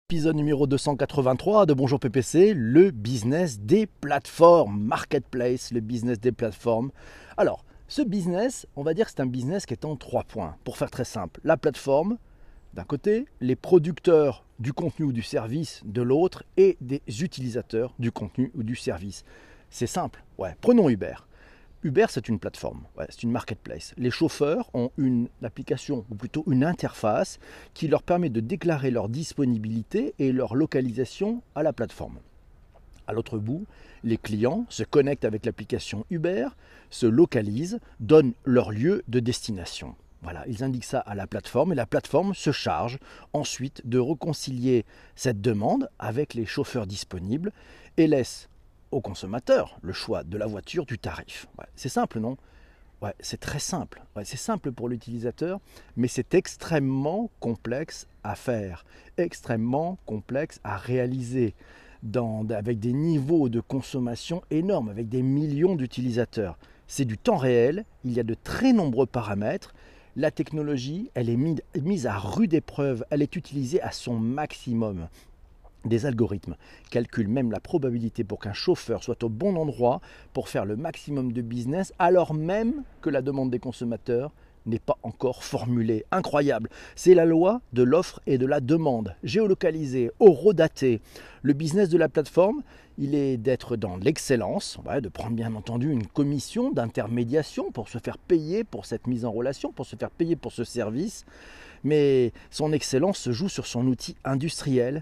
Épisode numéro 283 de Bonjour PPC, le business des plateformes, marketplace, le business des plateformes. Alors, ce business, on va dire que c'est un business qui est en 3 points. Pour faire très simple, la plateforme, d'un côté, les producteurs du contenu ou du service de l'autre et des utilisateurs du contenu ou du service. C'est simple, prenons Uber. Uber, c'est une plateforme, c'est une marketplace. Les chauffeurs ont une application, ou plutôt une interface, qui leur permet de déclarer leur disponibilité et leur localisation à la plateforme. À l'autre bout, les clients se connectent avec l'application Uber, se localisent, donnent leur lieu de destination. Voilà, ils indiquent ça à la plateforme et la plateforme se charge ensuite de réconcilier cette demande avec les chauffeurs disponibles et laisse au consommateur le choix de la voiture, du tarif. C'est simple, non ? C'est très simple. C'est simple pour l'utilisateur, mais c'est extrêmement complexe à faire, extrêmement complexe à réaliser, avec des niveaux de consommation énormes, avec des millions d'utilisateurs. C'est du temps réel, il y a de très nombreux paramètres. La technologie, elle est mise à rude épreuve, elle est utilisée à son maximum. Des algorithmes calculent même la probabilité pour qu'un chauffeur soit au bon endroit pour faire le maximum de business, alors même que la demande des consommateurs n'est pas encore formulée. Incroyable, c'est la loi de l'offre et de la demande, géolocalisée, horodatée. Le business de la plateforme, il est d'être dans l'excellence, de prendre bien entendu une commission d'intermédiation pour se faire payer pour cette mise en relation, pour se faire payer pour ce service. Mais son excellence se joue sur son outil industriel.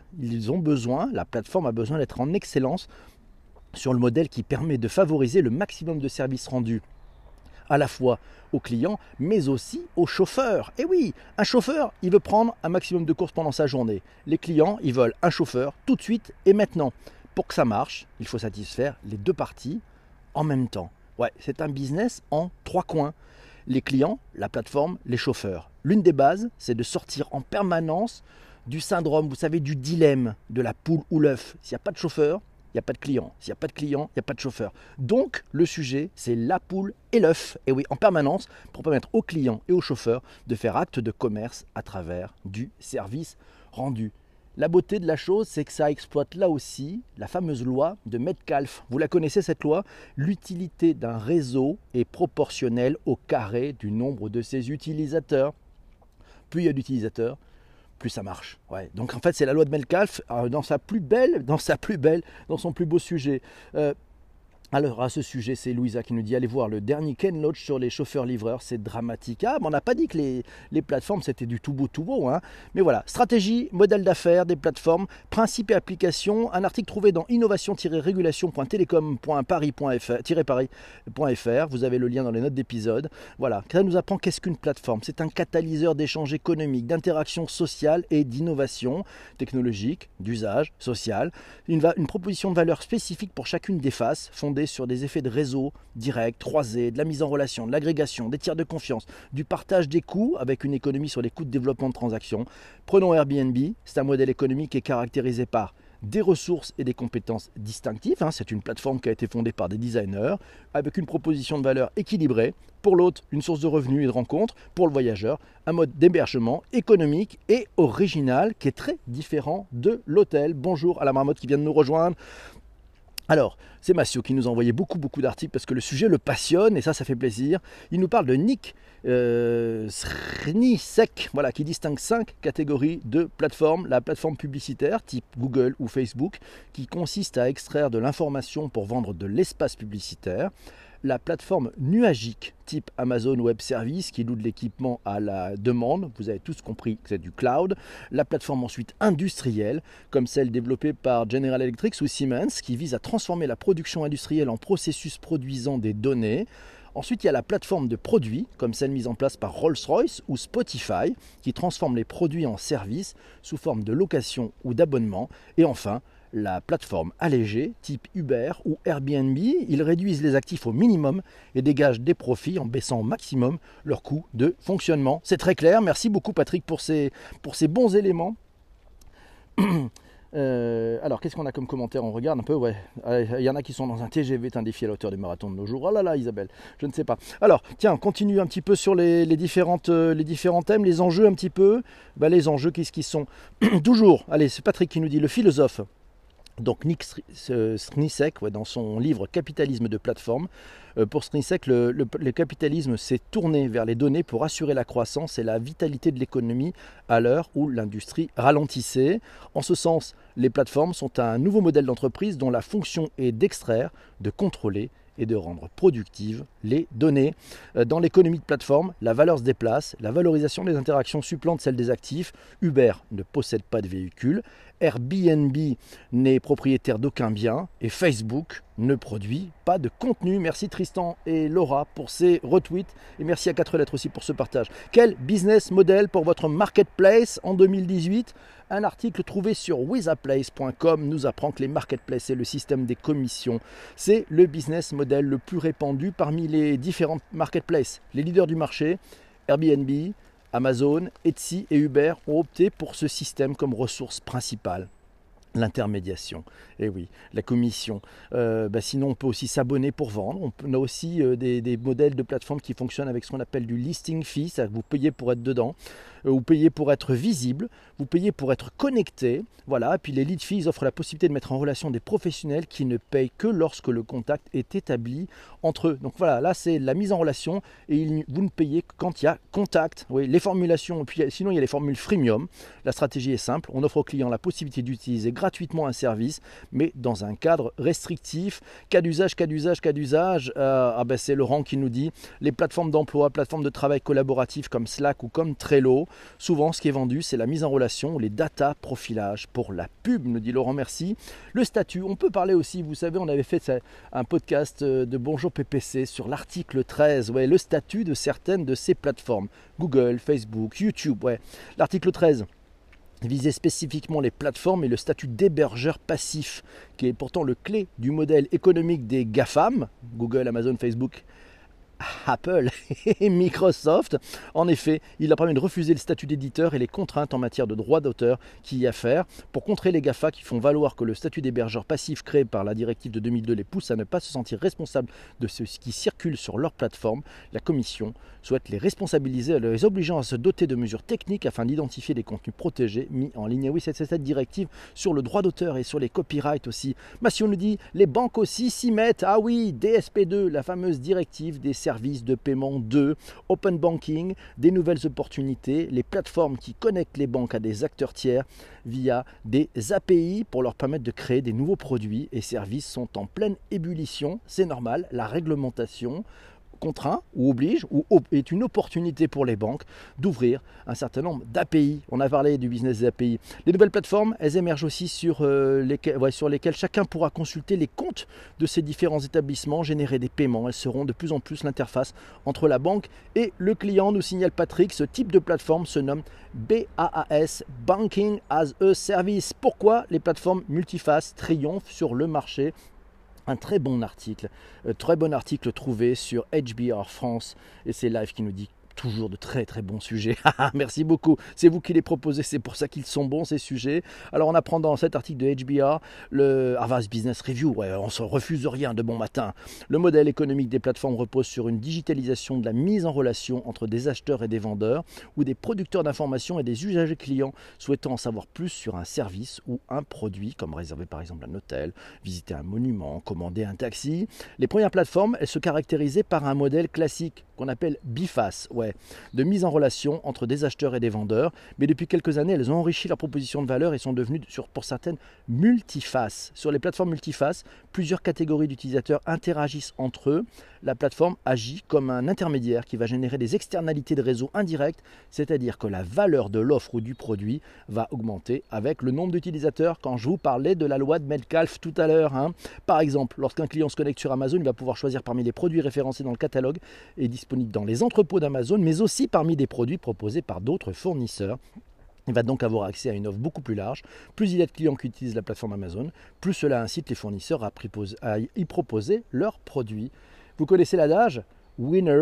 La plateforme a besoin d'être en excellence sur le modèle qui permet de favoriser le maximum de services rendus à la fois aux clients, mais aussi aux chauffeurs. Et oui, un chauffeur, il veut prendre un maximum de courses pendant sa journée. Les clients, ils veulent un chauffeur tout de suite et maintenant. Pour que ça marche, il faut satisfaire les deux parties en même temps. C'est un business en 3 coins. Les clients, la plateforme, les chauffeurs. L'une des bases, c'est de sortir en permanence du syndrome, vous savez, du dilemme de la poule ou l'œuf. S'il n'y a pas de chauffeur, il n'y a pas de client. S'il n'y a pas de client, il n'y a pas de chauffeur. Donc, le sujet, c'est la poule et l'œuf. Et oui, en permanence, pour permettre aux clients et aux chauffeurs de faire acte de commerce à travers du service rendu. La beauté de la chose, c'est que ça exploite là aussi la fameuse loi de Metcalfe. Vous la connaissez cette loi ? L'utilité d'un réseau est proportionnelle au carré du nombre de ses utilisateurs. Plus il y a d'utilisateurs, plus ça marche. Donc en fait, c'est la loi de Metcalfe dans son plus beau sujet. Alors à ce sujet, c'est Louisa qui nous dit allez voir le dernier Ken Loach sur les chauffeurs-livreurs, c'est dramatique. On n'a pas dit que les plateformes c'était du tout beau. Mais voilà, stratégie, modèle d'affaires des plateformes, principes et applications, un article trouvé dans innovation-régulation.telecom.paris.fr. Vous avez le lien dans les notes d'épisode. Voilà, ça nous apprend qu'est-ce qu'une plateforme. C'est un catalyseur d'échanges économiques, d'interaction sociale et d'innovation technologique, d'usage, social. Une proposition de valeur spécifique pour chacune des faces, fondée sur des effets de réseau, direct, croisé, de la mise en relation, de l'agrégation, des tiers de confiance, du partage des coûts avec une économie sur les coûts de développement de transactions. Prenons Airbnb, c'est un modèle économique qui est caractérisé par des ressources et des compétences distinctives. C'est une plateforme qui a été fondée par des designers avec une proposition de valeur équilibrée. Pour l'hôte, une source de revenus et de rencontres. Pour le voyageur, un mode d'hébergement économique et original qui est très différent de l'hôtel. Bonjour à la marmotte qui vient de nous rejoindre. Alors, c'est Massio qui nous a envoyé beaucoup d'articles parce que le sujet le passionne et ça fait plaisir. Il nous parle de Nick Srnicek, qui distingue 5 catégories de plateformes. La plateforme publicitaire type Google ou Facebook qui consiste à extraire de l'information pour vendre de l'espace publicitaire. La plateforme nuagique type Amazon Web Services qui loue de l'équipement à la demande, vous avez tous compris que c'est du cloud. La plateforme ensuite industrielle comme celle développée par General Electric ou Siemens qui vise à transformer la production industrielle en processus produisant des données. Ensuite, il y a la plateforme de produits, comme celle mise en place par Rolls-Royce ou Spotify, qui transforme les produits en services sous forme de location ou d'abonnement. Et enfin, la plateforme allégée, type Uber ou Airbnb, ils réduisent les actifs au minimum et dégagent des profits en baissant au maximum leur coût de fonctionnement. C'est très clair, merci beaucoup Patrick pour ces bons éléments. Alors, qu'est-ce qu'on a comme commentaire? On regarde un peu, ouais. Il y en a qui sont dans un TGV, un défi à la hauteur du marathon de nos jours. Oh là là, Isabelle, je ne sais pas. Alors, tiens, on continue un petit peu sur les différents thèmes, les enjeux un petit peu. Les enjeux, qu'est-ce qu'ils sont? Toujours, allez, c'est Patrick qui nous dit, le philosophe. Donc Nick Srnicek, dans son livre Capitalisme de plateforme, pour Srnicek, le capitalisme s'est tourné vers les données pour assurer la croissance et la vitalité de l'économie à l'heure où l'industrie ralentissait. En ce sens, les plateformes sont un nouveau modèle d'entreprise dont la fonction est d'extraire, de contrôler et de rendre productives les données. Dans l'économie de plateforme, la valeur se déplace, la valorisation des interactions supplante celle des actifs. Uber ne possède pas de véhicule, Airbnb n'est propriétaire d'aucun bien et Facebook ne produit pas de contenu. Merci Tristan et Laura pour ces retweets et merci à 4 lettres aussi pour ce partage. Quel business model pour votre marketplace en 2018? Un article trouvé sur wizaplace.com nous apprend que les marketplaces et le système des commissions, c'est le business model le plus répandu parmi les différentes marketplaces. Les leaders du marché, Airbnb, Amazon, Etsy et Uber ont opté pour ce système comme ressource principale. L'intermédiation, et oui, la commission. Sinon, on peut aussi s'abonner pour vendre. On a aussi des modèles de plateformes qui fonctionnent avec ce qu'on appelle du listing fee, c'est-à-dire que vous payez pour être dedans, vous payez pour être visible, vous payez pour être connecté. Voilà. Et puis les lead fees offrent la possibilité de mettre en relation des professionnels qui ne payent que lorsque le contact est établi entre eux. Donc voilà, là c'est la mise en relation et vous ne payez que quand il y a contact. Oui, les formulations, et puis sinon il y a les formules freemium. La stratégie est simple, on offre aux clients la possibilité d'utiliser gratuitement un service, mais dans un cadre restrictif. Cas d'usage, c'est Laurent qui nous dit les plateformes d'emploi, plateformes de travail collaboratif comme Slack ou comme Trello. Souvent, ce qui est vendu, c'est la mise en relation ou les data profilage pour la pub, nous dit Laurent, merci. Le statut, on peut parler aussi, vous savez, on avait fait un podcast de Bonjour PPC sur l'article 13, le statut de certaines de ces plateformes, Google, Facebook, YouTube, L'article 13 visait spécifiquement les plateformes et le statut d'hébergeur passif, qui est pourtant le clé du modèle économique des GAFAM, Google, Amazon, Facebook, Apple et Microsoft. En effet, il a permis de refuser le statut d'éditeur et les contraintes en matière de droit d'auteur qu'il y a à faire pour contrer les GAFA qui font valoir que le statut d'hébergeur passif créé par la directive de 2002 les pousse à ne pas se sentir responsables de ce qui circule sur leur plateforme. La Commission souhaite les responsabiliser en les obligeant à se doter de mesures techniques afin d'identifier les contenus protégés mis en ligne. Et oui, c'est cette directive sur le droit d'auteur et sur les copyrights aussi. Massio nous dit, les banques aussi s'y mettent. Ah oui, DSP2, la fameuse directive des services de paiement 2, Open Banking, des nouvelles opportunités, les plateformes qui connectent les banques à des acteurs tiers via des API pour leur permettre de créer des nouveaux produits et services sont en pleine ébullition. C'est normal, la réglementation contraint ou oblige ou est une opportunité pour les banques d'ouvrir un certain nombre d'API. On a parlé du business des API. Les nouvelles plateformes, elles émergent aussi sur lesquelles chacun pourra consulter les comptes de ces différents établissements, générer des paiements. Elles seront de plus en plus l'interface entre la banque et le client, nous signale Patrick. Ce type de plateforme se nomme BaaS, Banking as a Service. Pourquoi les plateformes multifaces triomphent sur le marché? Un très bon article trouvé sur HBR France et c'est Live qui nous dit toujours de très très bons sujets. Merci beaucoup, c'est vous qui les proposez, c'est pour ça qu'ils sont bons ces sujets. Alors on apprend dans cet article de HBR, le Harvard Business Review, on ne se refuse rien de bon matin. Le modèle économique des plateformes repose sur une digitalisation de la mise en relation entre des acheteurs et des vendeurs ou des producteurs d'informations et des usagers clients souhaitant en savoir plus sur un service ou un produit, comme réserver par exemple un hôtel, visiter un monument, commander un taxi. Les premières plateformes, elles se caractérisaient par un modèle classique qu'on appelle biface, de mise en relation entre des acheteurs et des vendeurs. Mais depuis quelques années, elles ont enrichi leur proposition de valeur et sont devenues, pour certaines, multifaces. Sur les plateformes multifaces, plusieurs catégories d'utilisateurs interagissent entre eux. La plateforme agit comme un intermédiaire qui va générer des externalités de réseau indirectes, c'est-à-dire que la valeur de l'offre ou du produit va augmenter avec le nombre d'utilisateurs. Quand je vous parlais de la loi de Metcalfe tout à l'heure, par exemple, lorsqu'un client se connecte sur Amazon, il va pouvoir choisir parmi les produits référencés dans le catalogue et disponibles dans les entrepôts d'Amazon, mais aussi parmi des produits proposés par d'autres fournisseurs. Il va donc avoir accès à une offre beaucoup plus large. Plus il y a de clients qui utilisent la plateforme Amazon, plus cela incite les fournisseurs à y proposer leurs produits. Vous connaissez l'adage ? Winner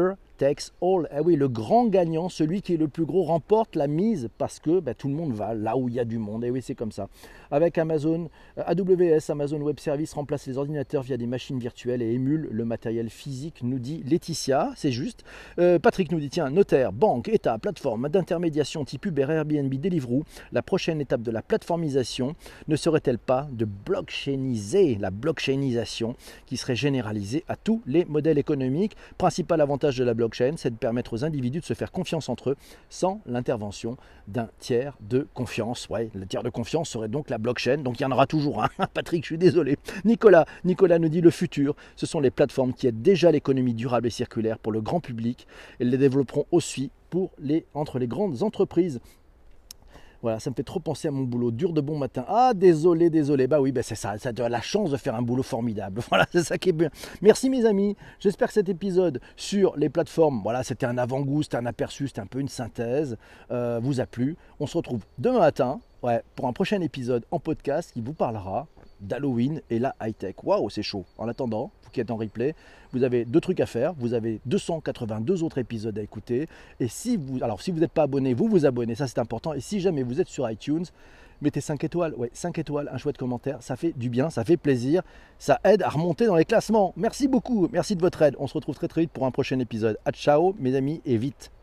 takes all. Eh oui, le grand gagnant, celui qui est le plus gros, remporte la mise parce que tout le monde va là où il y a du monde. Et oui, c'est comme ça. Avec Amazon, AWS, Amazon Web Services remplace les ordinateurs via des machines virtuelles et émule le matériel physique, nous dit Laetitia. C'est juste. Patrick nous dit, tiens, notaire, banque, État, plateforme d'intermédiation type Uber, Airbnb, Deliveroo, la prochaine étape de la plateformisation ne serait-elle pas de blockchainiser, la blockchainisation qui serait généralisée à tous les modèles économiques. Principal avantage de la blockchain, c'est de permettre aux individus de se faire confiance entre eux sans l'intervention d'un tiers de confiance. Ouais, le tiers de confiance serait donc la blockchain, donc il y en aura toujours un. Patrick, je suis désolé. Nicolas nous dit, le futur, ce sont les plateformes qui aident déjà l'économie durable et circulaire pour le grand public et les développeront aussi entre les grandes entreprises. Voilà, ça me fait trop penser à mon boulot dur de bon matin. Ah, désolé. Bah oui, c'est ça a la chance de faire un boulot formidable. Voilà, c'est ça qui est bien. Merci mes amis. J'espère que cet épisode sur les plateformes, voilà, c'était un avant-goût, c'était un aperçu, c'était un peu une synthèse, vous a plu. On se retrouve demain matin, pour un prochain épisode en podcast qui vous parlera d'Halloween et la high-tech. Waouh, c'est chaud. En attendant, vous qui êtes en replay, vous avez 2 trucs à faire. Vous avez 282 autres épisodes à écouter. Et si vous n'êtes pas abonné, vous vous abonnez, ça c'est important. Et si jamais vous êtes sur iTunes, mettez 5 étoiles. Ouais, 5 étoiles, un chouette commentaire. Ça fait du bien, ça fait plaisir. Ça aide à remonter dans les classements. Merci beaucoup. Merci de votre aide. On se retrouve très très vite pour un prochain épisode. À ciao mes amis et vite.